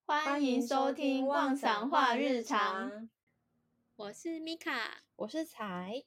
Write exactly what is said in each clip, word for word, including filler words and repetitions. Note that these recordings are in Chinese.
欢迎收听妄想话日常， 我是米卡， 我是彩。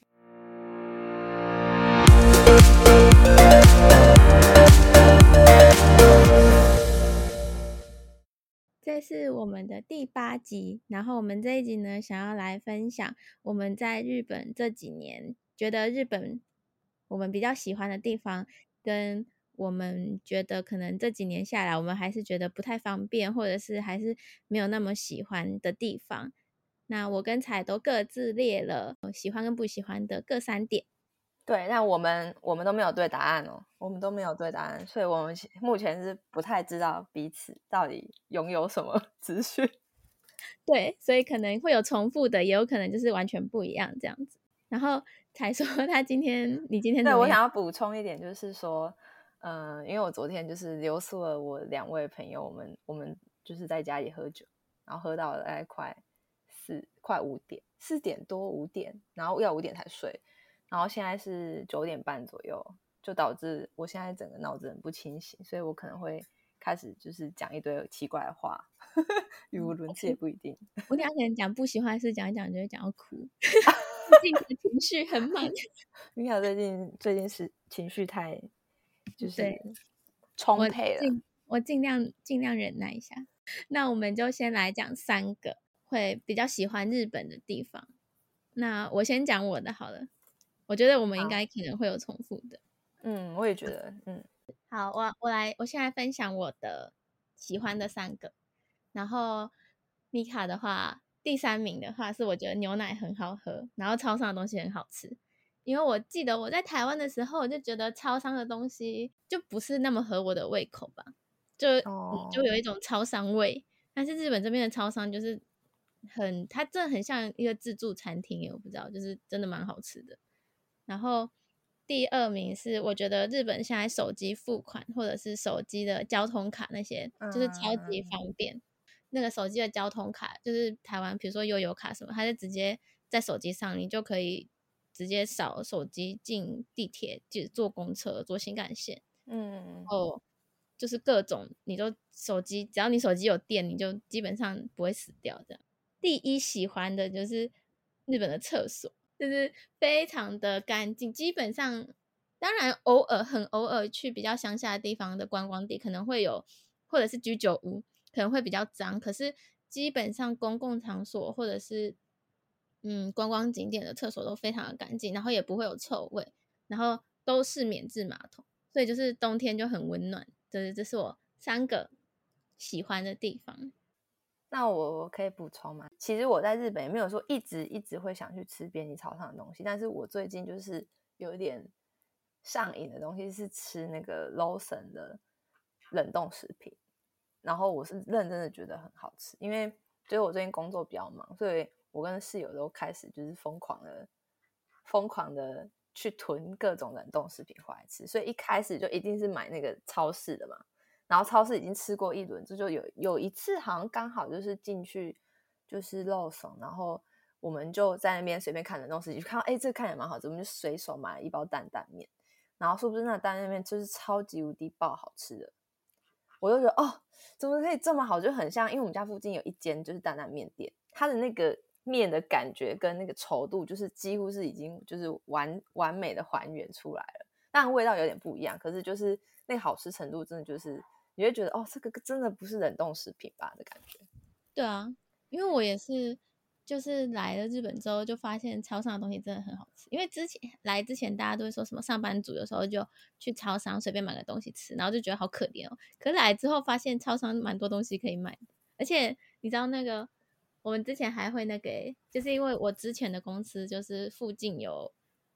这是我们的第八集，然后我们这一集呢，想要来分享我们在日本这几年觉得日本我们比较喜欢的地方，跟我们觉得可能这几年下来我们还是觉得不太方便，或者是还是没有那么喜欢的地方。那我跟彩都各自列了喜欢跟不喜欢的各三点。 对，那我们我们都没有对答案哦，我们都没有对答案，所以我们目前是不太知道彼此到底拥有什么资讯。 对，所以可能会有重复的，也有可能就是完全不一样这样子。然后才说他今天，你今天怎对， 么样？ 我想要补充一点，就是说，嗯、呃，因为我昨天就是留宿了我两位朋友，我们我们就是在家里喝酒，然后喝到了大概快四快五点，四点多五点，然后要五点才睡，然后现在是九点半左右，就导致我现在整个脑子很不清醒，所以我可能会开始就是讲一堆奇怪的话，语无伦次也不一定。 我等一下可能讲不喜欢的事，讲一讲就会讲到哭，最近的情绪很满。 米娅最近最近是情绪太就是对，我充沛了。 尽我尽量尽量忍耐一下。那我们就先来讲三个会比较喜欢日本的地方。那我先讲我的好了，我觉得我们应该可能会有重复的。 嗯，我也觉得，嗯， 好，我我来，我现在分享我的喜欢的三个。然后米卡的话，第三名的话是我觉得牛奶很好喝，然后超商的东西很好吃。因为我记得我在台湾的时候，我就觉得超商的东西就不是那么合我的胃口吧，就、 哦， 就有一种超商味。但是日本这边的超商就是很，它真的很像一个自助餐厅耶，我不知道，就是真的蛮好吃的。然后第二名是我觉得日本现在手机付款或者是手机的交通卡那些就是超级嗯， 方便。那个手机的交通卡就是台湾比如说悠游卡什么，它就直接在手机上，你就可以直接扫手机进地铁，就坐公车坐新干线， 嗯， 哦，就是各种你都手机只要你手机有电，你就基本上不会死掉这样。第一喜欢的就是日本的厕所，就是非常的干净，基本上当然偶尔很偶尔去比较乡下的地方的观光地可能会有，或者是居酒屋可能会比较脏，可是基本上公共场所或者是嗯观光景点的厕所都非常的干净，然后也不会有臭味，然后都是免治马桶，所以就是冬天就很温暖。这这是我三个喜欢的地方。 那我可以补充吗？其实我在日本也没有说一直一直会想去吃便利超商的东西，但是我最近就是有一点上瘾的东西是吃那个 Lawson 的冷冻食品，然后我是认真的觉得很好吃，因为就是我最近工作比较忙，所以我跟室友都开始就是疯狂的疯狂的去囤各种冷冻食品回来吃，所以一开始就一定是买那个超市的嘛。然后超市已经吃过一轮，这就有有一次好像刚好就是进去就是肉松，然后我们就在那边随便看冷冻食品，就看到哎这个看起来蛮好吃，我们就随手买了一包担担面，然后是不是那担担面就是超级无敌爆好吃的，我就觉得哦怎么可以这么好，就很像，因为我们家附近有一间就是担担面店，它的那个面的感觉跟那个稠度就是几乎是已经就是完完美的还原出来了，当然味道有点不一样，可是就是那个好吃程度真的就是你会觉得哦，这个真的不是冷冻食品吧的感觉。 对啊，因为我也是，就是来了日本之后就发现超商的东西真的很好吃。因为之前来之前大家都会说什么上班族有时候就去超商随便买个东西吃，然后就觉得好可怜哦。可是来之后发现超商蛮多东西可以买的，而且你知道那个我们之前还会那个欸，就是因为我之前的公司就是附近有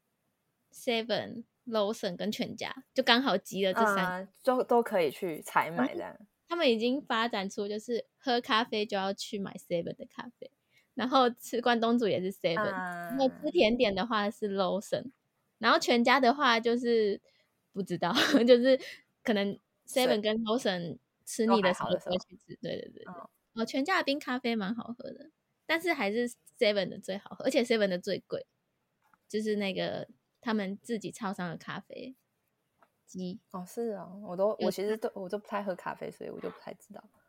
Seven、Lawson 跟全家，就刚好集了这三个。 嗯，都都可以去采买的。 他们已经发展出就是喝咖啡就要去买 Seven 的咖啡，然后吃关东煮也是 Seven，然后吃嗯， 甜点的话是 Lawson，然后全家的话就是不知道，就是可能 Seven 跟 Lawson 吃都还腻的时候好的时候， 就会去吃。对对对对， 嗯， 哦，全家的冰咖啡蛮好喝的，但是还是 Seven 的最好喝，而且 Seven 的最贵，就是那个他们自己超商的咖啡机。 哦是啊，我都我有其实都我都不太喝咖啡，所以我就不太知道。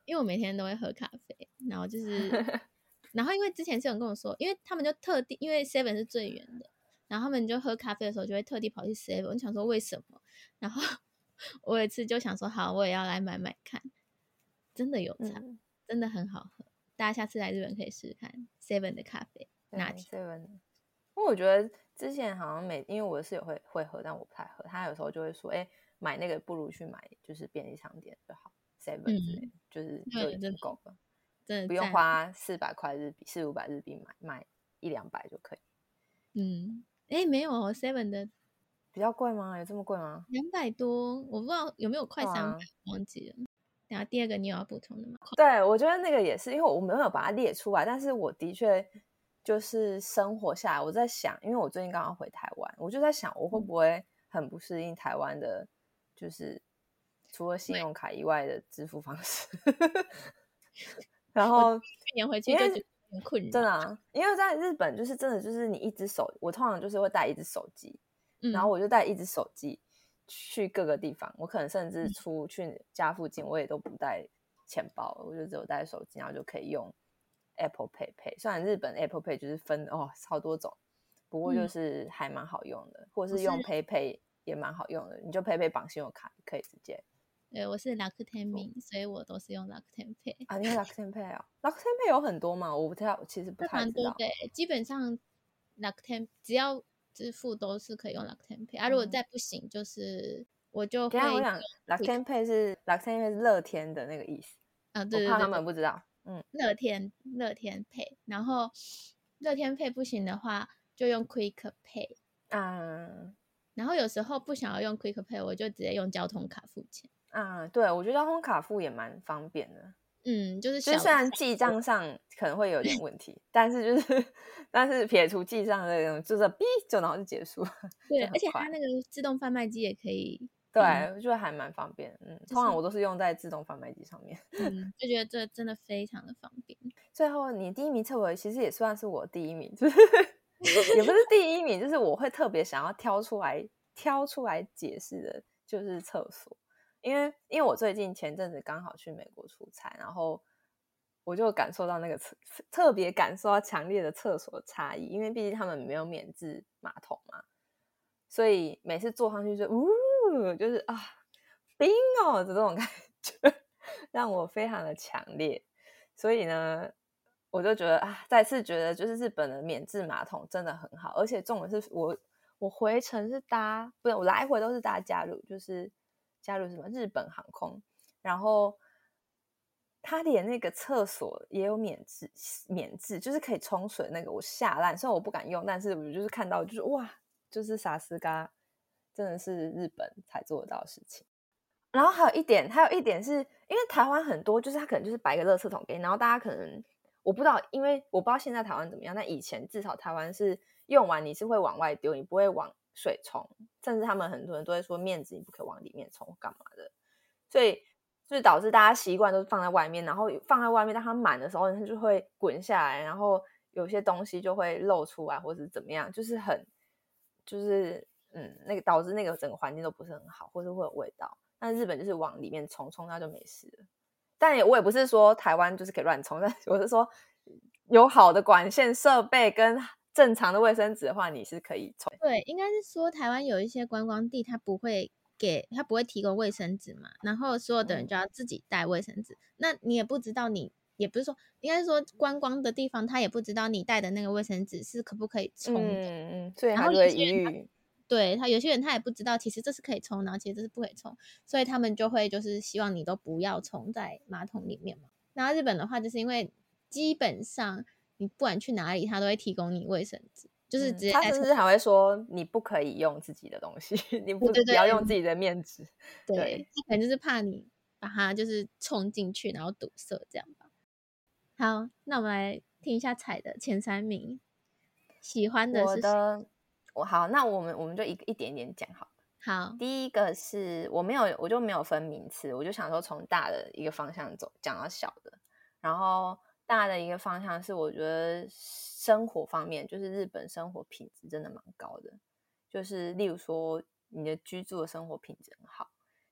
因为我每天都会喝咖啡，然后就是然后因为之前是有人跟我说，因为他们就特地，因为 seven 是最远的，然后他们就喝咖啡的时候就会特地跑去 seven， 我想说为什么，然后我有一次就想说好，我也要来买买看，真的有差、嗯、真的很好喝，大家下次来日本可以试试看 seven 的咖啡拿铁。 seven， 因为我觉得之前好像每因为我的室友会会喝，但我不太喝，他有时候就会说哎，买那个不如去买就是便利商店就好 seven 之类的、嗯、就是就已经够了， 真的不用花四百块日币四五百日币买买一两百就可以。 嗯，哎，没有哦 seven 的比较贵吗？有这么贵吗？ 两百多，我不知道有没有快三百、啊，忘记了。然后第二个你有要补充的吗？ 对，我觉得那个也是，因为我没有把它列出来，但是我的确就是生活下来，我在想，因为我最近刚刚回台湾，我就在想我会不会很不适应台湾的，就是除了信用卡以外的支付方式。然后去年回去就觉得很困扰， 真的啊，因为在日本就是真的就是你一只手，我通常就是会带一只手机、嗯、然后我就带一只手机去各个地方，我可能甚至出去家附近我也都不带钱包，我就只有带手机，然后就可以用 Apple Pay Pay。 虽然日本 Apple Pay 就是分哦超多种，不过就是还蛮好用的、嗯、或者是用 Pay Pay 也蛮好用的，你就 Pay Pay 绑信用卡可以直接。 对，我是 Rakuten Min，所以我都是用 Rakuten Pay。 啊，你用 Rakuten Pay 啊？Rakuten Pay 有很多吗？我不太，其实不太知道。 对，基本上 Rakuten 只要支付都是可以用 Rakuten Pay 啊。如果再不行，就是我就会。 我想 Rakuten Pay 是 Rakuten Pay 是乐天的那个意思啊，对对对， 我怕他们不知道。嗯， 乐天乐天 Pay， 然后乐天 Pay 不行的话，就用 Quick Pay。嗯。然后有时候不想要用 Quick Pay， 我就直接用交通卡付钱。 啊，对，我觉得交通卡付也蛮方便的。 嗯，就是就是虽然记账上可能会有点问题，但是就是但是撇除记账的那种，就是哔就然后就结束了。 对，而且它那个自动贩卖机也可以。 对，我觉得还蛮方便。嗯，通常我都是用在自动贩卖机上面。 嗯，就觉得这真的非常的方便。 最后你第一名测绘其实也算是我第一名，就是也不是第一名，就是我会特别想要挑出来挑出来解释的，就是厕所。因为因为我最近前阵子刚好去美国出差，然后我就感受到那个特别感受到强烈的厕所差异，因为毕竟他们没有免治马桶嘛，所以每次坐上去就呜，就是啊冰哦的这种感觉让我非常的强烈。所以呢我就觉得啊，再次觉得就是日本的免治马桶真的很好，而且重点是我我回程是搭不是我来回都是搭加入，就是加入什么日本航空，然后他连那个厕所也有免治免治就是可以冲水那个，我吓烂，虽然我不敢用，但是我就是看到就是哇，就是萨斯嘎真的是日本才做得到的事情。然后还有一点还有一点是因为台湾很多就是他可能就是摆一个垃圾桶给你，然后大家可能我不知道，因为我不知道现在台湾怎么样，但以前至少台湾是用完你是会往外丢，你不会往水冲，甚至他们很多人都会说面子你不可以往里面冲干嘛的，所以就是导致大家习惯都是放在外面，然后放在外面当它满的时候它就会滚下来，然后有些东西就会漏出来或者怎么样，就是很就是嗯，那个导致那个整个环境都不是很好，或是会有味道。但日本就是往里面冲，冲它就没事了。但也我也不是说台湾就是可以乱冲，但我是说有好的管线设备跟正常的卫生纸的话，你是可以冲。 对，应该是说台湾有一些观光地，它不会给，它不会提供卫生纸嘛，然后所有的人就要自己带卫生纸。嗯、那你也不知道你，也不是说，应该是说观光的地方，他也不知道你带的那个卫生纸是可不可以冲的。 嗯嗯，所以他就会疑虑。 对他有些人他也不知道其实这是可以冲，然后其实这是不可以冲，所以他们就会就是希望你都不要冲在马桶里面嘛。然后日本的话就是因为基本上你不管去哪里他都会提供你卫生纸，就是直接、 嗯、他甚至还会说你不可以用自己的东西，你 不, 对对对不要用自己的面纸。 对，对他可能就是怕你把它就是冲进去然后堵塞这样吧。好，那我们来听一下彩的前三名，喜欢的是我的我好，那我们我们就一一点一点讲好了。 好， 第一个是我没有我就没有分名次，我就想说从大的一个方向走讲到小的。然后大的一个方向是我觉得生活方面，就是日本生活品质真的蛮高的，就是例如说你的居住的生活品质很好，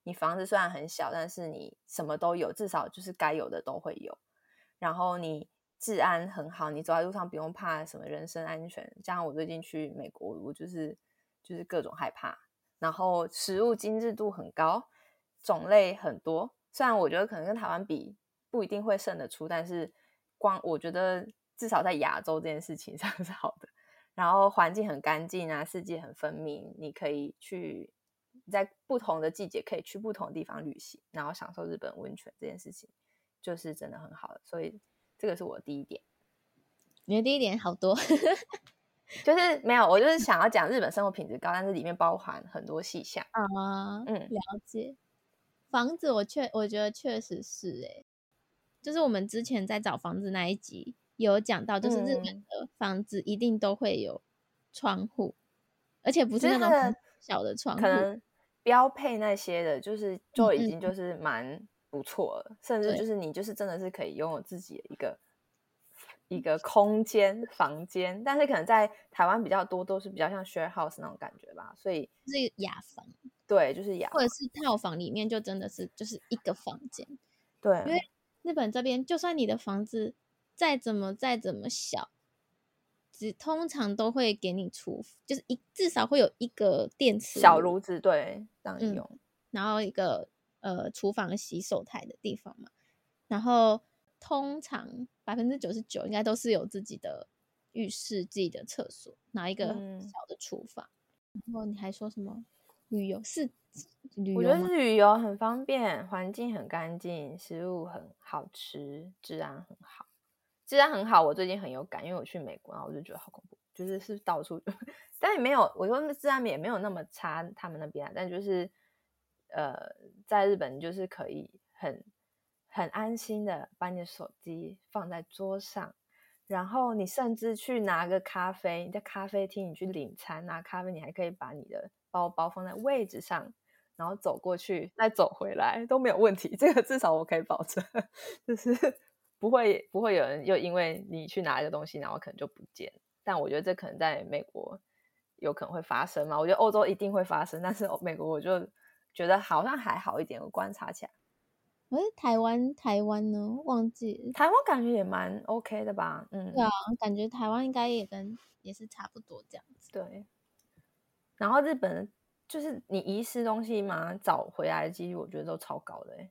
你房子虽然很小，但是你什么都有，至少就是该有的都会有。然后你治安很好，你走在路上不用怕什么人身安全。像我最近去美国，我就是就是各种害怕。然后食物精致度很高，种类很多。虽然我觉得可能跟台湾比不一定会胜得出，但是光我觉得至少在亚洲这件事情上是好的。然后环境很干净啊，四季很分明，你可以去在不同的季节可以去不同的地方旅行，然后享受日本温泉这件事情就是真的很好的。所以这个是我的第一点。 你的第一点好多就是没有，我就是想要讲日本生活品质高，但是里面包含很多细项啊， 嗯， 了解。房子我确我觉得确实是欸，就是我们之前在找房子那一集有讲到，就是日本的房子一定都会有窗户，而且不是那种很小的窗户， 可能标配那些的就是就已经就是蛮不错了，甚至就是你就是真的是可以拥有自己的一个一个空间房间，但是可能在台湾比较多都是比较像 share house 那种感觉吧，所以是雅房， 对，就是雅房， 或者是套房里面就真的是就是一个房间。 对， 因为日本这边就算你的房子再怎么再怎么小，只通常都会给你厨，就是一至少会有一个电磁小炉子，对，让你用、 嗯、然后一个呃厨房洗手台的地方嘛，然后通常百分之九十九应该都是有自己的浴室、自己的厕所，拿一个小的厨房、嗯、然后你还说什么旅游是旅游吗？ 我觉得是旅游很方便，环境很干净，食物很好吃，治安很好。治安很好，我最近很有感，因为我去美国，然后我就觉得好恐怖，就是是到处，但也没有，我说治安也没有那么差，他们那边、啊，但就是呃，在日本就是可以很很安心的把你的手机放在桌上，然后你甚至去拿个咖啡，你在咖啡厅你去领餐拿咖啡，你还可以把你的包包放在位置上，然后走过去再走回来都没有问题，这个至少我可以保证，就是不会不会有人又因为你去拿一个东西然后可能就不见，但我觉得这可能在美国有可能会发生嘛，我觉得欧洲一定会发生，但是美国我就觉得好像还好一点，我观察起来。 可是台湾台湾呢？忘记了。 台湾感觉也蛮 OK 的吧，嗯， 对啊，感觉台湾应该也跟也是差不多这样子。 对。然后日本就是你遗失东西嘛，找回来的几率我觉得都超高的欸。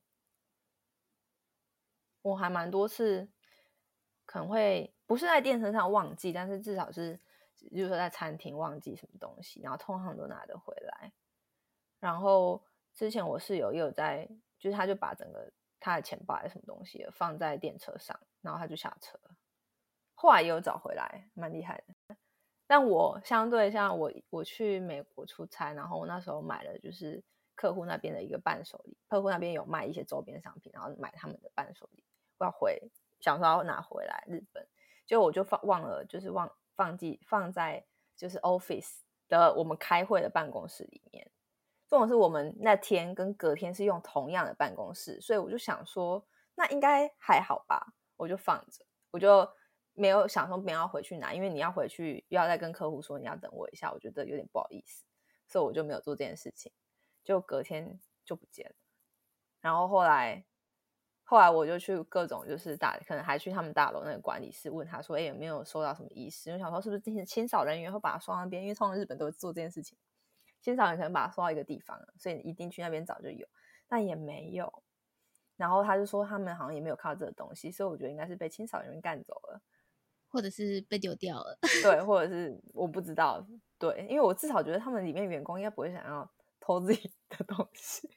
我还蛮多次可能会不是在电车上忘记，但是至少是比如说在餐厅忘记什么东西，然后通常都拿得回来。然后之前我室友也有在，就是他就把整个他的钱包还是什么东西放在电车上，然后他就下车了，后来也有找回来，蛮厉害的。但我相对像我我去美国出差，然后我那时候买了就是客户那边的一个伴手礼，客户那边有卖一些周边商品，然后买他们的伴手礼，我要回想说要拿回来日本，结果我就放忘了，就是忘放记放在就是 office 的我们开会的办公室里面。重点是我们那天跟隔天是用同样的办公室，所以我就想说那应该还好吧，我就放着，我就没有想说没有要回去拿，因为你要回去又要再跟客户说你要等我一下，我觉得有点不好意思，所以我就没有做这件事情，就隔天就不见了。然后后来后来我就去各种就是大可能还去他们大楼那个管理室问他说，哎、欸，有没有收到什么遗失？我想说是不是清扫人员会把它收到那边，因为通常日本都会做这件事情，清扫人可能把它收到一个地方，所以你一定去那边找就有，但也没有。然后他就说他们好像也没有看到这个东西，所以我觉得应该是被清扫人员干走了， 或者是被丢掉了。 对，或者是我不知道，对，因为我至少觉得他们里面员工应该不会想要偷自己的东西。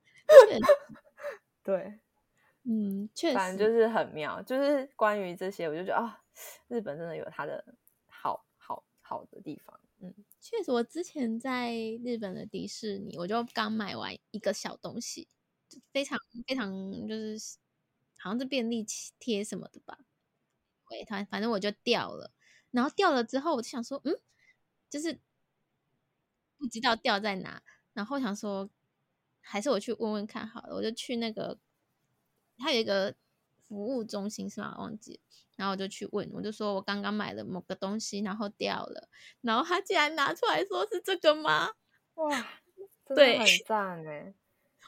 对， 嗯，确实， 反正就是很妙，就是关于这些，我就觉得啊，日本真的有它的好好好的地方。嗯， 确实，我之前在日本的迪士尼，我就刚买完一个小东西，非常非常就是好像是便利贴什么的吧，对，它反正我就掉了，然后掉了之后，我就想说，嗯，就是不知道掉在哪，然后想说还是我去问问看好了，我就去那个它有一个服务中心是吗？忘记了，然后我就去问，我就说我刚刚买了某个东西，然后掉了，然后他竟然拿出来说是这个吗？ 哇，真的对， 很赞哎！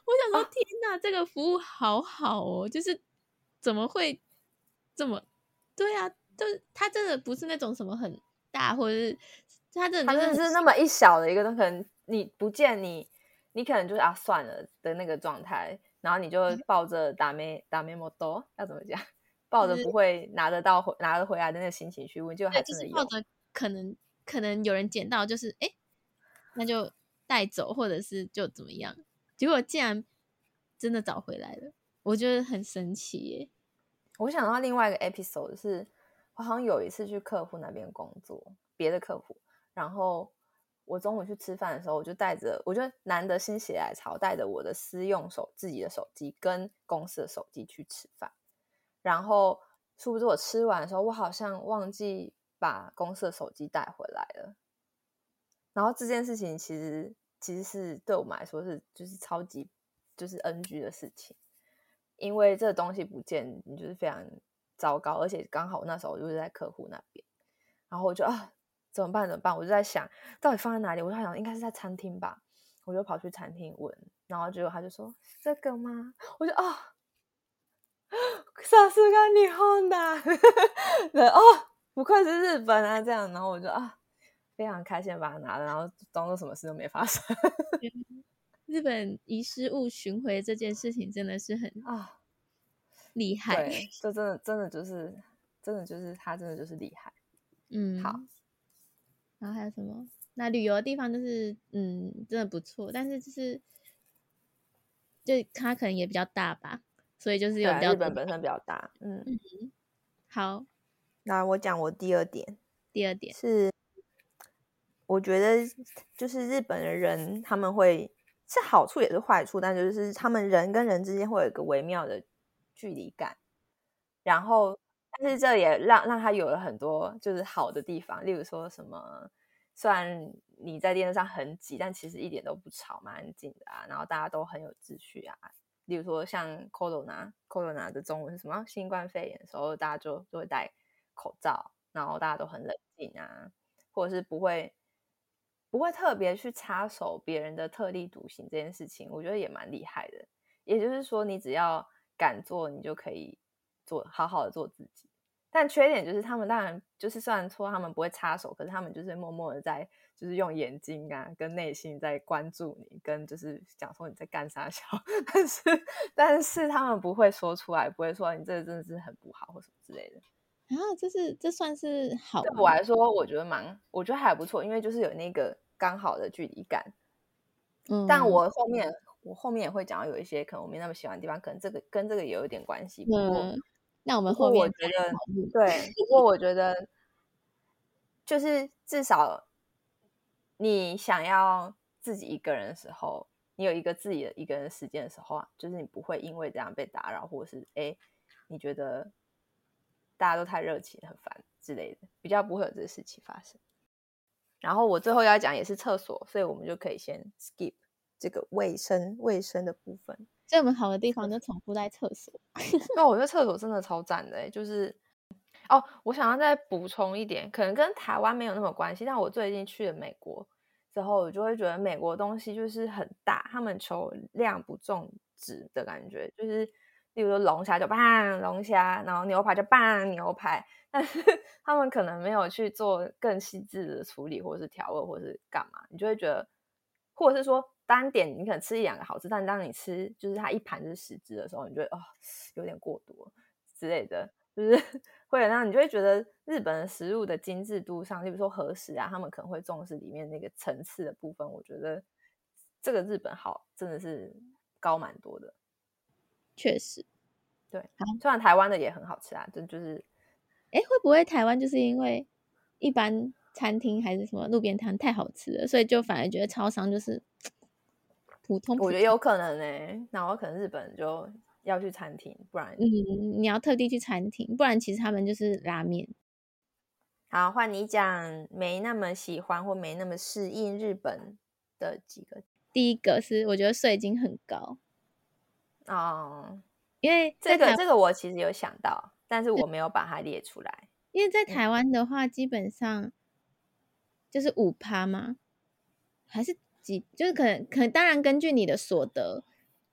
想说， 啊天哪，这个服务好好哦，就是怎么会这么？对啊，就是它真的不是那种什么很大，或者是它真的它真的就是很是那么一小的一个东西，可能你不见你，你可能就是啊算了的那个状态，然后你就抱着打没打没摩多要怎么讲，抱着不会拿得到拿得回来的那个心情去问，结果还对，就真的有。 是抱着可能可能有人捡到，就是哎，那就带走，或者是就怎么样，结果竟然真的找回来了，我觉得很神奇耶。 我想到另外一个 episode 是，我好像有一次去客户那边工作，别的客户，然后我中午去吃饭的时候，我就带着，我就难得心血来潮，带着我的私用手自己的手机跟公司的手机去吃饭，然后殊不知我吃完的时候，我好像忘记把公司的手机带回来了，然后这件事情其实其实是对我们来说是就是超级就是 N G 的事情。因为这个东西不见，你就是非常糟糕，而且刚好那时候我就是在客户那边，然后我就啊怎么办怎么办，我就在想到底放在哪里，我就在想应该是在餐厅吧，我就跑去餐厅问，然后结果他就说这个吗？我就啊，さすが日本だ，哦，不愧是日本啊，这样，然后我就啊非常开心的把它拿了，然后当做什么事都没发生日本遗失物寻回这件事情真的是很啊。 厉害。 对，这真的真的就是真的就是他真的就是厉害。好， 嗯，然后还有什么？那旅游的地方就是嗯，真的不错，但是就是就它可能也比较大吧，所以就是对啊， 有比较多。 日本本身比较大，嗯。 嗯，好， 那我讲我第二点第二点， 是，我觉得就是日本的人他们会是好处也是坏处，但就是他们人跟人之间会有一个微妙的距离感，然后但是这也让让他有了很多就是好的地方，例如说什么，虽然你在电视上很挤，但其实一点都不吵，蛮安静的啊，然后大家都很有秩序啊。例如说像 corona corona 的中文是什么？新冠肺炎的时候，大家就就会戴口罩，然后大家都很冷静啊，或者是不会不会特别去插手别人的特立独行这件事情，我觉得也蛮厉害的。也就是说，你只要敢做，你就可以做好好的做自己。但缺点就是他们当然就是虽然说他们不会插手，可是他们就是默默的在就是用眼睛啊跟内心在关注你，跟就是讲说你在干啥小，但是但是他们不会说出来，不会说你这个真的是很不好或什么之类的。 然后这是这算是好对吗？ 我来说，我觉得蛮，我觉得还不错，因为就是有那个刚好的距离感。但嗯我后面我后面也会讲到有一些可能我没那么喜欢的地方，可能这个跟这个也有一点关系。不过嗯，那我们不过我后面再觉得讨论。 对，不过我觉得就是至少你想要自己一个人的时候，你有一个自己的一个人的时间的时候啊，就是你不会因为这样被打扰，或者是哎你觉得大家都太热情很烦之类的，比较不会有这个事情发生。然后我最后要讲也是厕所，所以我们就可以先 skip 这个卫生卫生的部分。 所以我们好的地方就重复在厕所。 对，我觉得厕所真的超赞的欸，就是哦，我想要再补充一点，可能跟台湾没有那么关系，但我最近去了美国之后，我就会觉得美国东西就是很大，他们求量不重质的感觉，就是例如说龙虾就棒龙虾，然后牛排就棒牛排，但是他们可能没有去做更细致的处理，或是调味，或是干嘛，你就会觉得，或者是说单点你可能吃一两个好吃，但当你吃就是它一盘是十只的时候，你就会哦有点过多之类的，就是会让你就会觉得日本的食物的精致度上，例如说和食啊，他们可能会重视里面那个层次的部分，我觉得这个日本好真的是高蛮多的。 确实， 对，虽然台湾的也很好吃啊，就就是哎，会不会台湾就是因为一般餐厅还是什么路边摊太好吃了，所以就反而觉得超商就是普通普通？ 我觉得有可能呢、欸，然后可能日本就要去餐厅，不然嗯，你要特地去餐厅，不然其实他们就是拉面。 好换你讲没那么喜欢或没那么适应日本的几个第一个是我觉得税金很高， 哦， 因为在台这个这个我其实有想到，但是我没有把它列出来。 因为在嗯台湾的话，基本上就是五趴嘛，还是几，就是可能可能当然根据你的所得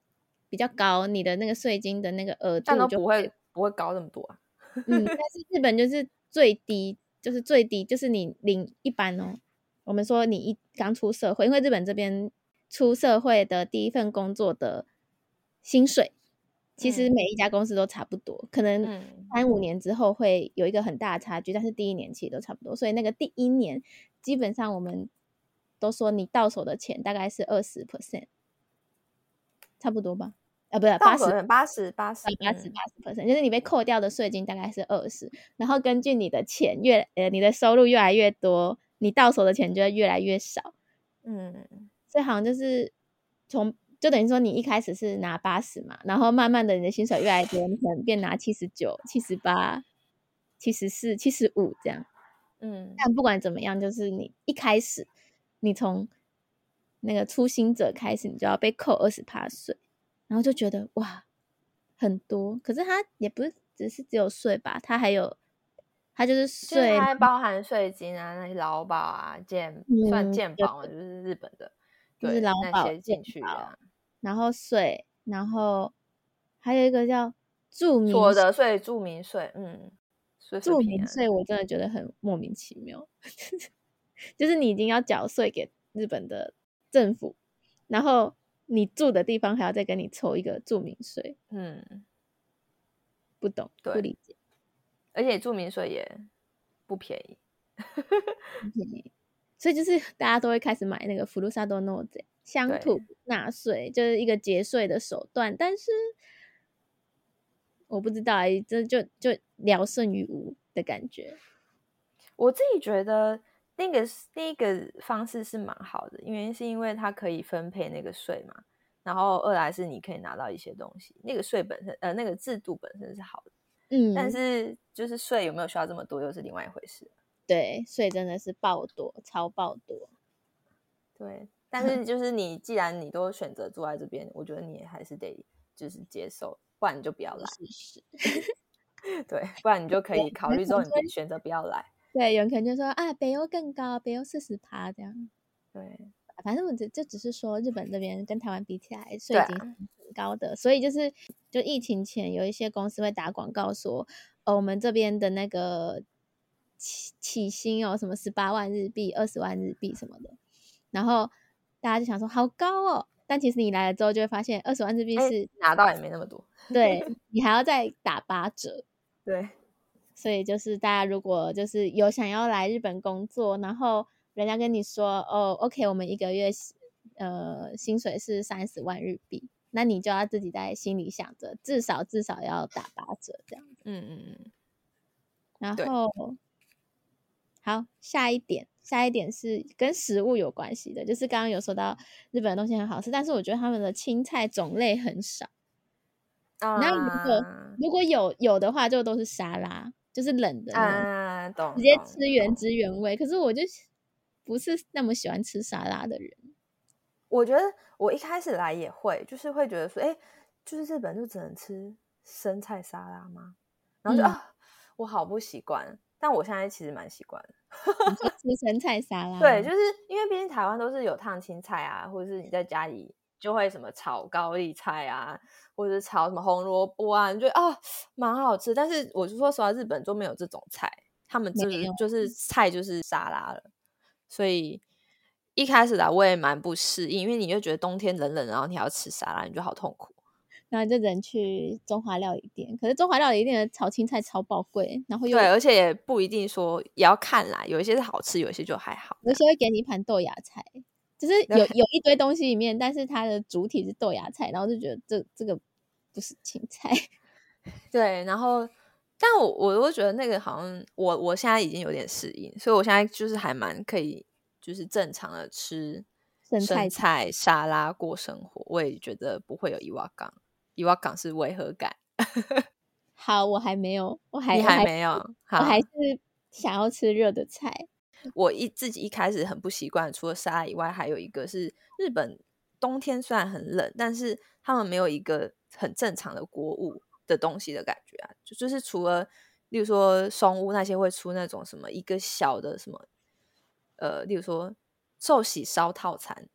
比较高，你的那个税金的那个额但都度就不会不会高这么多啊。 嗯，但是日本就是最低，就是最低，就是你领一般哦。我们说你一刚出社会，因为日本这边出社会的第一份工作的薪水，其实嗯每一家公司都差不多，可能嗯三五年之后会有一个很大的差距，但是第一年其实都差不多。所以那个第一年，基本上我们都说你到手的钱大概是二十 percent，差不多吧？啊，不是八十。 到手八十八十， 八十嗯八十 percent，就是你被扣掉的税金大概是二十，然后根据你的钱越呃你的收入越来越多，你到手的钱就会越来越少， 嗯所以好像就是从就等于说你一开始是拿八十嘛，然后慢慢的你的薪水越来越多，你可能变拿七十九、七十八、七十四、七十五这样。 嗯， 但不管怎么样，就是你一开始你从那个初心者开始，你就要被扣二十趴税，然后就觉得哇。很多，可是它也不是只是只有税吧，它还有它就是就是税， 它还包含税金啊，那些劳保啊、健算嗯，对， 健保嘛，就是日本的， 就是劳对那保、健些进去保， 啊， 然后税，然后还有一个叫住民所得税、住民税，嗯，税税住平安， 民税，我真的觉得很莫名其妙，就是你已经要缴税给日本的政府，然后你住的地方还要再跟你抽一个住民税， 嗯， 不懂，不对， 理解。 而且住民税也不便宜， 所以就是大家都会开始买那个福禄萨多诺兹乡土对。 纳税，就是一个节税的手段。但是我不知道哎、欸，这就就聊胜于无的感觉。 我自己觉得那个那个方式是蛮好的，原因是因为它可以分配那个税嘛，然后二来是你可以拿到一些东西，那个税本身呃那个制度本身是好的，但嗯， 是就是税有没有需要这么多又是另外一回事。 对，税真的是爆多，超爆多。 对，但是就是你既然你都选择住在这边，我觉得你也还是得就是接受，不然你就不要来。 是是， 对，不然你就可以考虑之后你别对， 选择不要来。 对，有人可能就说啊，北欧更高，北欧四十趴这样。 对反正我就就只是说，日本这边跟台湾比起来，税金是对啊， 很高的，所以就是就疫情前有一些公司会打广告说，哦，我们这边的那个起起薪哦，什么十八万日币、二十万日币什么的，然后大家就想说好高哦，但其实你来了之后就会发现，二十万日币哎， 是拿到也没那么多。 对你还要再打八折， 对， 所以就是大家如果就是有想要来日本工作，然后人家跟你说哦，OK，我们一个月呃薪水是三十万日币，那你就要自己在心里想着，至少至少要打八折这样子。 嗯嗯嗯， 然对。 后好，下一点，下一点是跟食物有关系的，就是刚刚有说到日本的东西很好吃，但是我觉得他们的青菜种类很少。然后如果啊如果有有的话，就都是沙拉，就是冷的那种， 啊，懂直接懂吃原懂。 汁原味。可是我就不是那么喜欢吃沙拉的人。 我觉得我一开始来也会，就是会觉得说，哎，就是日本就只能吃生菜沙拉吗？然后就嗯， 啊，我好不习惯。但我现在其实蛮习惯的。 你说吃生菜沙拉对， 吗？ 就是因为毕竟台湾都是有烫青菜啊，或者是你在家里就会什么炒高丽菜啊，或者是炒什么红萝卜啊，你觉得啊蛮好吃。但是我就说实话，日本就没有这种菜，他们没有， 就是就是菜就是沙拉了，所以一开始来我也蛮不适应，因为你就觉得冬天冷冷，然后你还要吃沙拉，你就好痛苦。 然后就人去中华料理店，可是中华料理店的炒青菜超宝贵，然后又对，而且也不一定说，也要看啦，有一些是好吃，有一些就还好。 有些会给你一盘豆芽菜，就是有有一堆东西里面，但是它的主体是豆芽菜，然后就觉得这这个不是青菜。 对，然后但我我都觉得那个好像我我现在已经有点适应，所以我现在就是还蛮可以，就是正常的吃生菜生菜沙拉过生活，我也觉得不会有伊瓦港，伊瓦港是违和感。 好，我还没有，我还你我还还没有好， 我还是想要吃热的菜。 我一自己一开始很不习惯，除了沙拉以外，还有一个是日本冬天虽然很冷，但是他们没有一个很正常的锅物的东西的感觉啊，就就是除了例如说松屋那些会出那种什么一个小的什么呃，例如说寿喜烧套餐，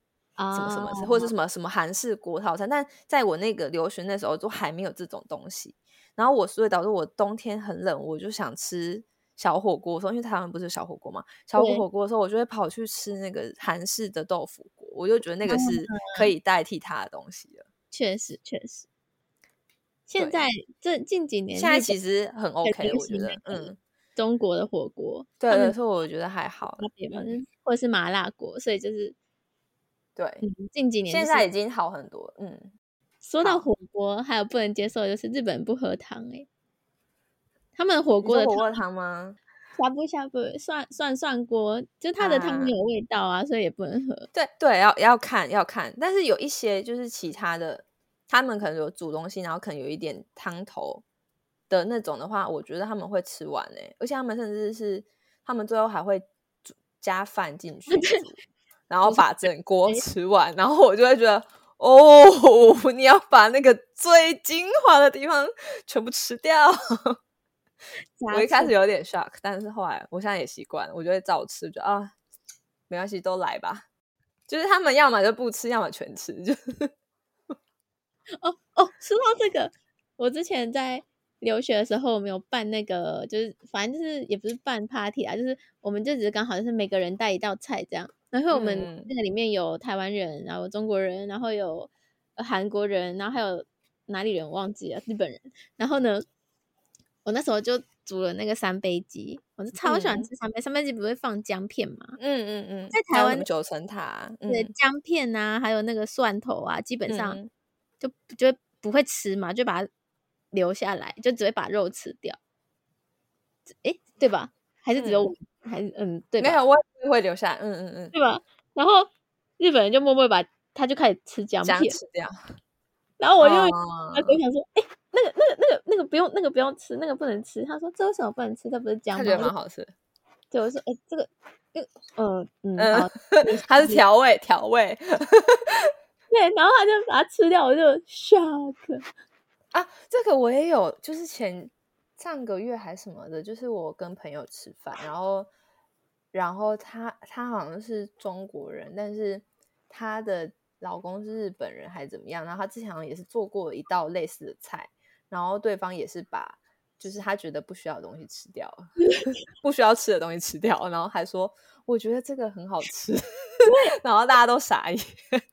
什么什么， 哦， 或者是什么什么韩式锅套餐，但在我那个留学那时候都还没有这种东西。然后我所以导致我冬天很冷，我就想吃小火锅的时候，因为台湾不是有小火锅嘛，小对， 火锅的时候我就会跑去吃那个韩式的豆腐锅，我就觉得那个是可嗯， 以代替它的东西了。 确实确实。现在对， 这近几年现在日本其实很很 OK， 流我觉得， 行那个嗯， 中国的火锅，他们对对，所以我觉得还好了， 差别嘛，就嗯， 是或者是麻辣锅，所以就是对， 嗯，近几年就现是在已经好很多，嗯， 说到好， 火锅，还有不能接受的就是日本人不喝汤诶、他们火锅的汤你说火锅汤吗？ 呷不呷不涮涮涮锅，就它的汤没啊， 有味道啊，所以也不能喝。 对对，要要看要看，但是有一些就是其他的，他们可能有煮东西，然后可能有一点汤头的那种的话，我觉得他们会吃完诶、而且他们甚至是他们最后还会煮加饭进去煮，然后煮成把整锅水吃完，然后我就会觉得，哦，你要把那个最精华的地方全部吃掉。我加醋， 一开始有点 shock，但是后来我现在也习惯了，我就会照吃，就啊，没关系，都来吧。就是他们要么就不吃，要么全吃，就哦哦，说到这个，我之前在留学的时候，我们有办那个，就是反正就是也不是办 party 啊，就是我们就只是刚好就是每个人带一道菜这样，然后我们嗯嗯那个里面有台湾人，然后有中国人，然后有呃韩国人，然后还有哪里人我忘记了，日本人。然后呢，我那时候就煮了那个三杯鸡，我是超喜欢嗯吃三杯，三杯鸡不会放姜片吗？ 嗯嗯嗯， 在台湾还有什么九层塔啊，嗯对姜片啊，还有那个蒜头啊，基本上嗯， 就就会不会吃嘛，就把它留下来，就只会把肉吃掉。诶，对吧？还是只有我？ 嗯， 还是嗯，对吧？ 没有，我也会留下，嗯嗯嗯， 对吧？然后日本人就默默把他就开始吃姜片， 姜吃掉， 然后我就那哦， 我想说，诶，那个那个那个那个不用那个不用吃，那个不能吃。他说这为什么不能吃？这不是姜他觉吗？我就得蛮好吃， 对我说，诶，这个这个嗯嗯嗯， 好， 它是调味调味对，然后他就把它吃掉，我就 shock。 啊，这个我也有，就是前上个月还什么的，就是我跟朋友吃饭，然后然后他他好像是中国人，但是他的老公是日本人还是怎么样，然后他之前好像也是做过一道类似的菜，然后对方也是把就是他觉得不需要的东西吃掉了，不需要吃的东西吃掉，然后还说我觉得这个很好吃，然后大家都傻眼。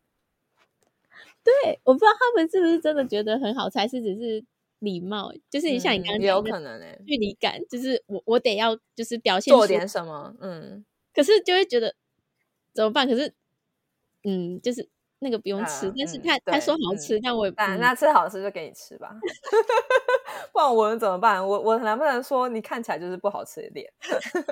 对，我不知道他们是不是真的觉得很好吃，还是只是礼貌，就是像你刚嗯，也有刚讲的可能诶、 距离感，就是我我得要就是表现做出， 点什么，嗯。 可是就会觉得怎么办？可是嗯，就是那个不用吃，但是嗯嗯， 他他说对，嗯， 好吃，但我也嗯， 那那吃好吃就给你吃吧，不然我能怎么办？我我能不能说你看起来就是不好吃的脸？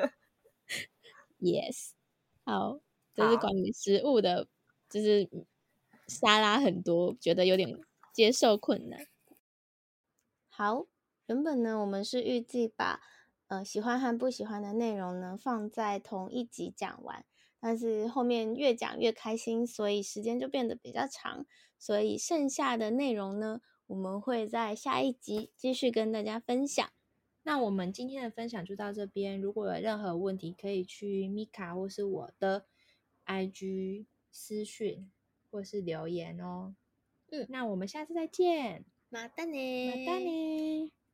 yes，好，这是好， 关于食物的，就是沙拉很多，觉得有点接受困难。好，原本呢，我们是预计把呃喜欢和不喜欢的内容呢放在同一集讲完，但是后面越讲越开心，所以时间就变得比较长，所以剩下的内容呢，我们会在下一集继续跟大家分享。 那我们今天的分享就到这边。如果有任何问题，可以去米卡或是我的 I G 私讯或是留言哦。 嗯， 那我们下次再见， 马丹马达呢？ 呢。